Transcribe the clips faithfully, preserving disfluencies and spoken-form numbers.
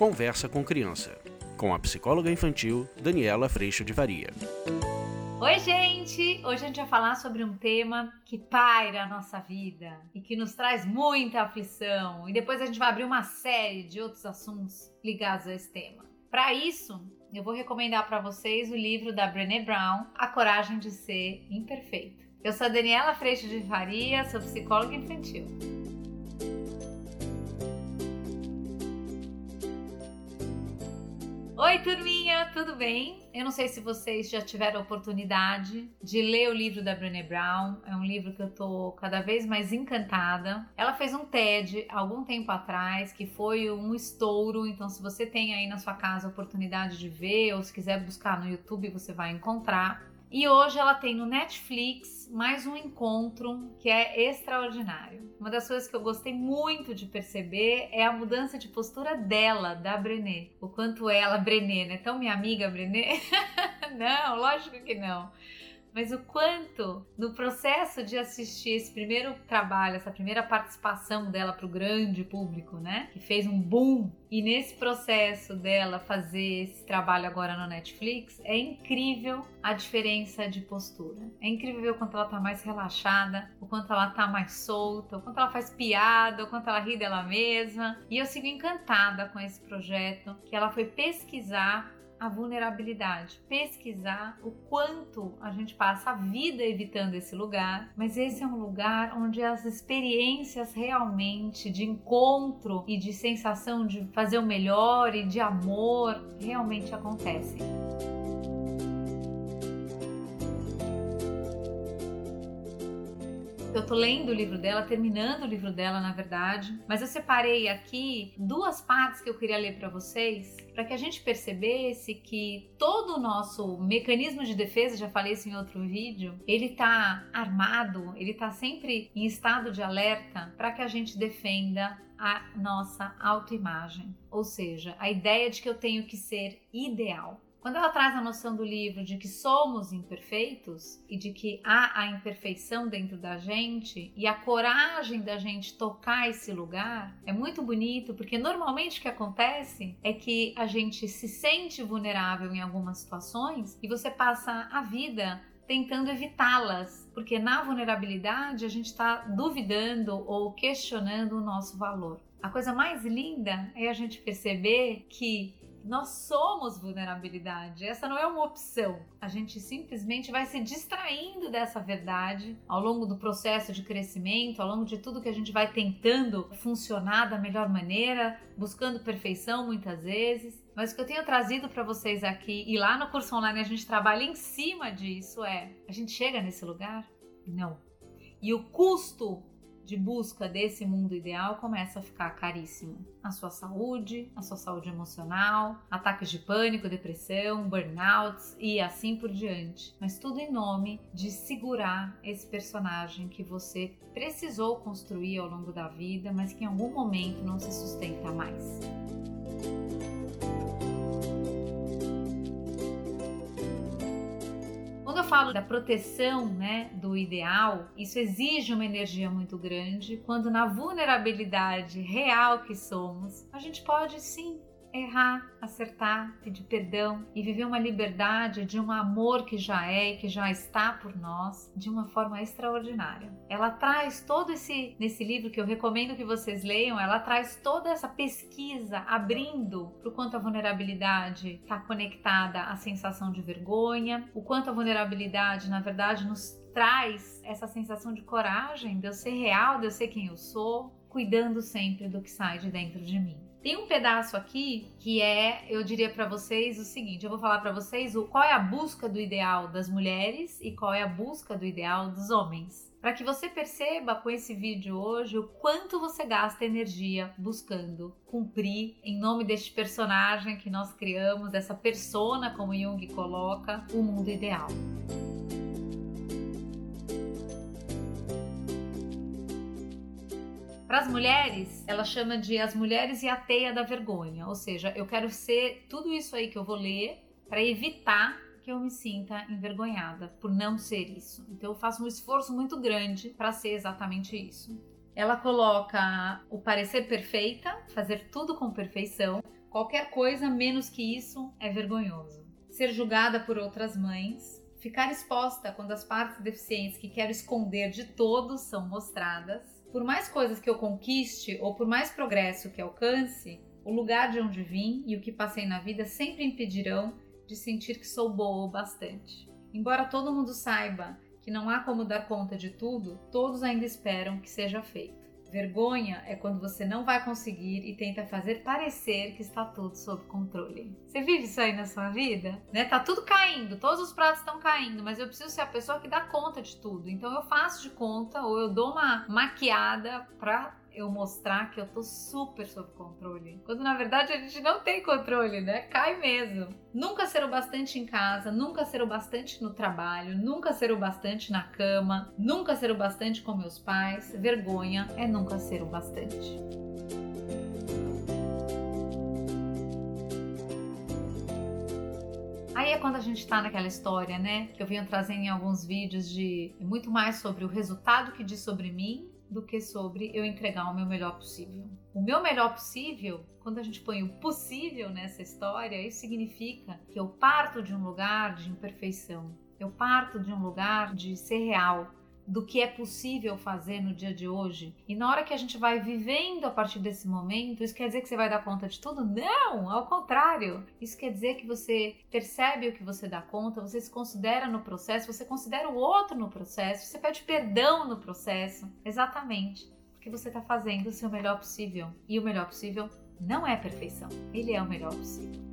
Conversa com Criança, com a psicóloga infantil Daniela Freixo de Varia. Oi, gente! Hoje a gente vai falar sobre um tema que paira a nossa vida e que nos traz muita aflição. E depois a gente vai abrir uma série de outros assuntos ligados a esse tema. Para isso, eu vou recomendar para vocês o livro da Brené Brown, A Coragem de Ser Imperfeito. Eu sou a Daniela Freixo de Varia, sou psicóloga infantil. Oi, turminha, tudo bem? Eu não sei se vocês já tiveram a oportunidade de ler o livro da Brené Brown. É um livro que eu tô cada vez mais encantada. Ela fez um TED há algum tempo atrás, que foi um estouro. Então, se você tem aí na sua casa a oportunidade de ver, ou se quiser buscar no YouTube, você vai encontrar. E hoje ela tem no Netflix mais um encontro que é extraordinário. Uma das coisas que eu gostei muito de perceber é a mudança de postura dela, da Brené. O quanto ela, Brené, né? Tão minha amiga Brené? Não, lógico que não. Mas o quanto, no processo de assistir esse primeiro trabalho, essa primeira participação dela para o grande público, né? Que fez um boom. E nesse processo dela fazer esse trabalho agora no Netflix, é incrível a diferença de postura. É incrível ver o quanto ela tá mais relaxada, o quanto ela tá mais solta, o quanto ela faz piada, o quanto ela ri dela mesma. E eu sigo encantada com esse projeto, que ela foi pesquisar a vulnerabilidade, pesquisar o quanto a gente passa a vida evitando esse lugar, mas esse é um lugar onde as experiências realmente de encontro e de sensação de fazer o melhor e de amor realmente acontecem. Eu tô lendo o livro dela, terminando o livro dela, na verdade, mas eu separei aqui duas partes que eu queria ler para vocês, para que a gente percebesse que todo o nosso mecanismo de defesa, já falei isso em outro vídeo, ele tá armado, ele tá sempre em estado de alerta para que a gente defenda a nossa autoimagem, ou seja, a ideia de que eu tenho que ser ideal. Quando ela traz a noção do livro de que somos imperfeitos e de que há a imperfeição dentro da gente e a coragem da gente tocar esse lugar, é muito bonito, porque normalmente o que acontece é que a gente se sente vulnerável em algumas situações e você passa a vida tentando evitá-las, porque na vulnerabilidade a gente está duvidando ou questionando o nosso valor. A coisa mais linda é a gente perceber que nós somos vulnerabilidade, essa não é uma opção. A gente simplesmente vai se distraindo dessa verdade ao longo do processo de crescimento, ao longo de tudo que a gente vai tentando funcionar da melhor maneira, buscando perfeição muitas vezes. Mas o que eu tenho trazido para vocês aqui, e lá no curso online a gente trabalha em cima disso, é: a gente chega nesse lugar? Não. E o custo de busca desse mundo ideal começa a ficar caríssimo. A sua saúde, a sua saúde emocional, ataques de pânico, depressão, burnouts e assim por diante. Mas tudo em nome de segurar esse personagem que você precisou construir ao longo da vida, mas que em algum momento não se sustenta mais. Quando eu falo da proteção, né, do ideal, isso exige uma energia muito grande, quando na vulnerabilidade real que somos, a gente pode sim errar, acertar, pedir perdão e viver uma liberdade de um amor que já é e que já está por nós de uma forma extraordinária. Ela traz todo esse, nesse livro que eu recomendo que vocês leiam, ela traz toda essa pesquisa abrindo para o quanto a vulnerabilidade está conectada à sensação de vergonha, o quanto a vulnerabilidade, na verdade, nos traz essa sensação de coragem, de eu ser real, de eu ser quem eu sou, cuidando sempre do que sai de dentro de mim. Tem um pedaço aqui que é, eu diria para vocês o seguinte, eu vou falar para vocês o, qual é a busca do ideal das mulheres e qual é a busca do ideal dos homens. Para que você perceba com esse vídeo hoje o quanto você gasta energia buscando cumprir em nome deste personagem que nós criamos, dessa persona, como Jung coloca, o mundo ideal. Para as mulheres, ela chama de as mulheres e a teia da vergonha, ou seja, eu quero ser tudo isso aí que eu vou ler para evitar que eu me sinta envergonhada por não ser isso. Então eu faço um esforço muito grande para ser exatamente isso. Ela coloca o parecer perfeita, fazer tudo com perfeição, Qualquer coisa menos que isso é vergonhoso. Ser julgada por outras mães, ficar exposta quando as partes deficientes que quero esconder de todos são mostradas. Por mais coisas que eu conquiste ou por mais progresso que alcance, o lugar de onde vim e o que passei na vida sempre impedirão de sentir que sou boa o bastante. Embora todo mundo saiba que não há como dar conta de tudo, todos ainda esperam que seja feito. Vergonha é quando você não vai conseguir e tenta fazer parecer que está tudo sob controle. Você vive isso aí na sua vida? Né? Tá tudo caindo, todos os pratos estão caindo, mas eu preciso ser a pessoa que dá conta de tudo. Então eu faço de conta ou eu dou uma maquiada pra eu mostrar que eu tô super sob controle. Quando na verdade a gente não tem controle, né? Cai mesmo. Nunca ser o bastante em casa, nunca ser o bastante no trabalho, nunca ser o bastante na cama, nunca ser o bastante com meus pais. Vergonha é nunca ser o bastante. Aí é quando a gente tá naquela história, né? Que eu venho trazendo em alguns vídeos de muito mais sobre o resultado que diz sobre mim do que sobre eu entregar o meu melhor possível. O meu melhor possível, quando a gente põe o possível nessa história, isso significa que eu parto de um lugar de imperfeição, eu parto de um lugar de ser real, do que é possível fazer no dia de hoje. E na hora que a gente vai vivendo a partir desse momento, isso quer dizer que você vai dar conta de tudo? Não, ao contrário. Isso quer dizer que você percebe o que você dá conta, você se considera no processo, você considera o outro no processo, você pede perdão no processo. Exatamente, porque você está fazendo o seu melhor possível. E o melhor possível não é perfeição, ele é o melhor possível.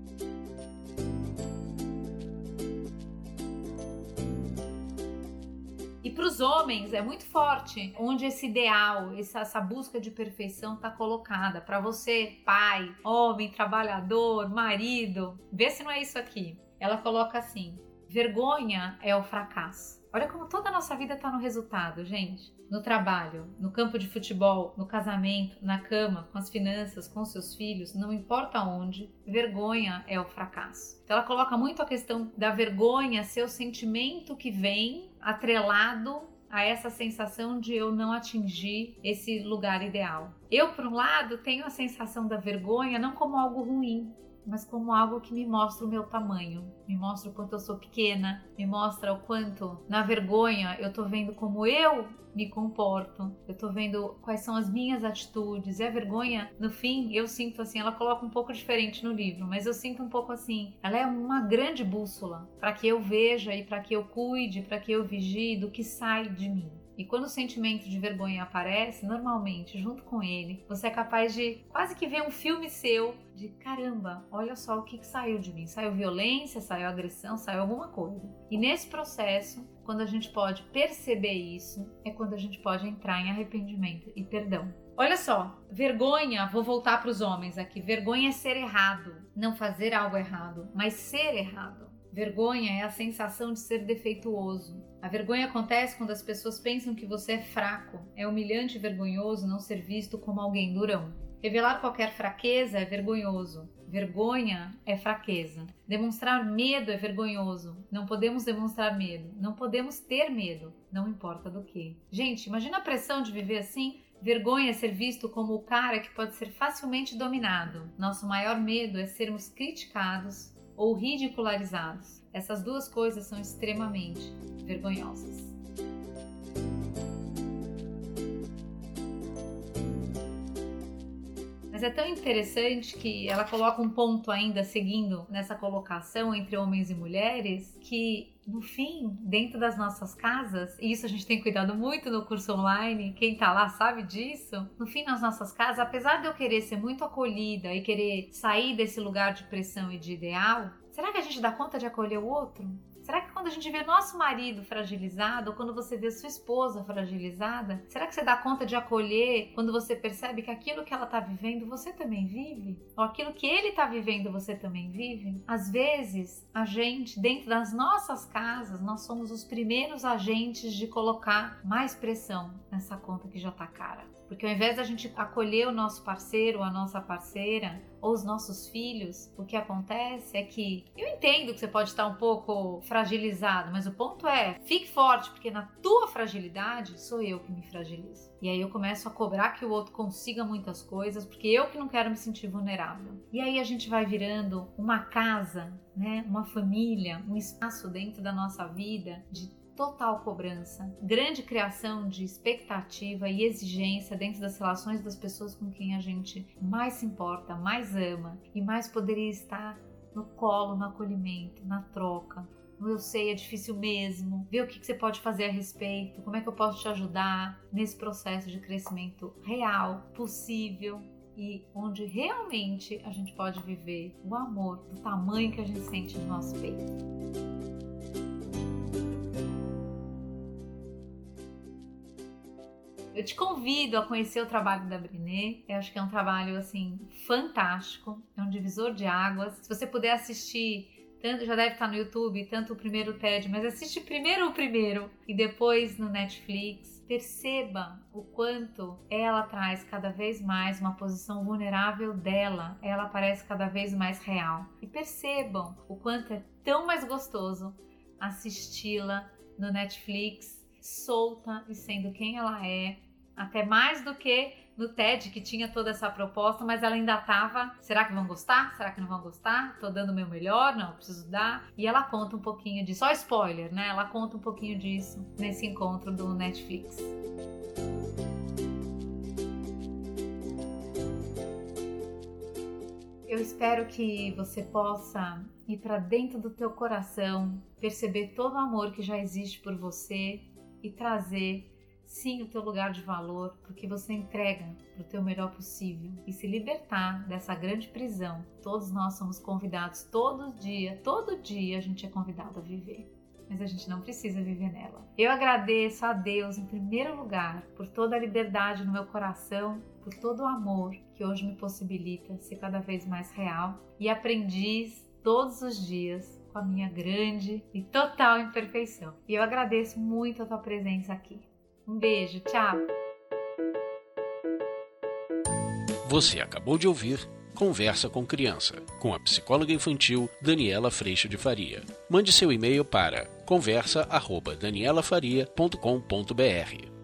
E para os homens é muito forte onde esse ideal, essa, essa busca de perfeição está colocada. Para você, pai, homem, trabalhador, marido, vê se não é isso aqui. Ela coloca assim: vergonha é o fracasso. Olha como toda a nossa vida está no resultado, gente. No trabalho, no campo de futebol, no casamento, na cama, com as finanças, com seus filhos, não importa onde, vergonha é o fracasso. Então ela coloca muito a questão da vergonha ser o sentimento que vem atrelado a essa sensação de eu não atingir esse lugar ideal. Eu, por um lado, tenho a sensação da vergonha não como algo ruim, mas como algo que me mostra o meu tamanho, me mostra o quanto eu sou pequena, me mostra o quanto, na vergonha, eu tô vendo como eu me comporto, eu tô vendo quais são as minhas atitudes. E a vergonha, no fim, eu sinto assim, ela coloca um pouco diferente no livro, mas eu sinto um pouco assim, ela é uma grande bússola para que eu veja e para que eu cuide, para que eu vigie do que sai de mim. E quando o sentimento de vergonha aparece, normalmente, junto com ele, você é capaz de quase que ver um filme seu de caramba, olha só o que, que saiu de mim. Saiu violência, saiu agressão, saiu alguma coisa. E nesse processo, quando a gente pode perceber isso, é quando a gente pode entrar em arrependimento e perdão. Olha só, vergonha, vou voltar para os homens aqui, vergonha é ser errado, não fazer algo errado, mas ser errado. Vergonha é a sensação de ser defeituoso. A vergonha acontece quando as pessoas pensam que você é fraco. É humilhante e vergonhoso não ser visto como alguém durão. Revelar qualquer fraqueza é vergonhoso. Vergonha é fraqueza. Demonstrar medo é vergonhoso. Não podemos demonstrar medo. Não podemos ter medo. Não importa do que. Gente, imagina a pressão de viver assim. Vergonha é ser visto como o cara que pode ser facilmente dominado. Nosso maior medo é sermos criticados ou ridicularizados. Essas duas coisas são extremamente vergonhosas. Mas é tão interessante que ela coloca um ponto ainda seguindo nessa colocação entre homens e mulheres, que no fim, dentro das nossas casas, e isso a gente tem cuidado muito no curso online, quem tá lá sabe disso, no fim nas nossas casas, apesar de eu querer ser muito acolhida e querer sair desse lugar de pressão e de ideal, será que a gente dá conta de acolher o outro? Será que quando a gente vê nosso marido fragilizado, ou quando você vê sua esposa fragilizada, será que você dá conta de acolher quando você percebe que aquilo que ela está vivendo você também vive? Ou aquilo que ele está vivendo você também vive? Às vezes, a gente, dentro das nossas casas, nós somos os primeiros agentes de colocar mais pressão nessa conta que já está cara. Porque ao invés da gente acolher o nosso parceiro ou a nossa parceira, ou os nossos filhos, o que acontece é que eu entendo que você pode estar um pouco fragilizado fragilizado, mas o ponto é, fique forte, porque na tua fragilidade sou eu que me fragilizo. E aí eu começo a cobrar que o outro consiga muitas coisas, porque eu que não quero me sentir vulnerável. E aí a gente vai virando uma casa, né, uma família, um espaço dentro da nossa vida de total cobrança, grande criação de expectativa e exigência dentro das relações das pessoas com quem a gente mais se importa, mais ama e mais poderia estar no colo, no acolhimento, na troca, no eu sei, é difícil mesmo, ver o que você pode fazer a respeito, como é que eu posso te ajudar nesse processo de crescimento real, possível e onde realmente a gente pode viver o amor do tamanho que a gente sente no nosso peito. Eu te convido a conhecer o trabalho da Brené. Eu acho que é um trabalho assim fantástico, é um divisor de águas. Se você puder assistir, tanto já deve estar no YouTube, tanto o primeiro TED, mas assiste primeiro o primeiro e depois no Netflix. Perceba o quanto ela traz cada vez mais uma posição vulnerável dela, ela parece cada vez mais real. E percebam o quanto é tão mais gostoso assisti-la no Netflix, solta e sendo quem ela é, até mais do que no TED, que tinha toda essa proposta, mas ela ainda estava, será que vão gostar? Será que não vão gostar? Tô dando o meu melhor? Não, preciso dar. E ela conta um pouquinho disso, só spoiler, né? Ela conta um pouquinho disso nesse encontro do Netflix. Eu espero que você possa ir para dentro do teu coração, perceber todo o amor que já existe por você e trazer sim o teu lugar de valor, porque você entrega para o teu melhor possível e se libertar dessa grande prisão. Todos nós somos convidados todo dia, todo dia a gente é convidado a viver, mas a gente não precisa viver nela. Eu agradeço a Deus em primeiro lugar por toda a liberdade no meu coração, por todo o amor que hoje me possibilita ser cada vez mais real e aprendiz todos os dias com a minha grande e total imperfeição. E eu agradeço muito a tua presença aqui. Um beijo, tchau! Você acabou de ouvir Conversa com Criança, com a psicóloga infantil Daniela Freixo de Faria. Mande seu e-mail para conversa arroba daniela faria ponto com ponto br.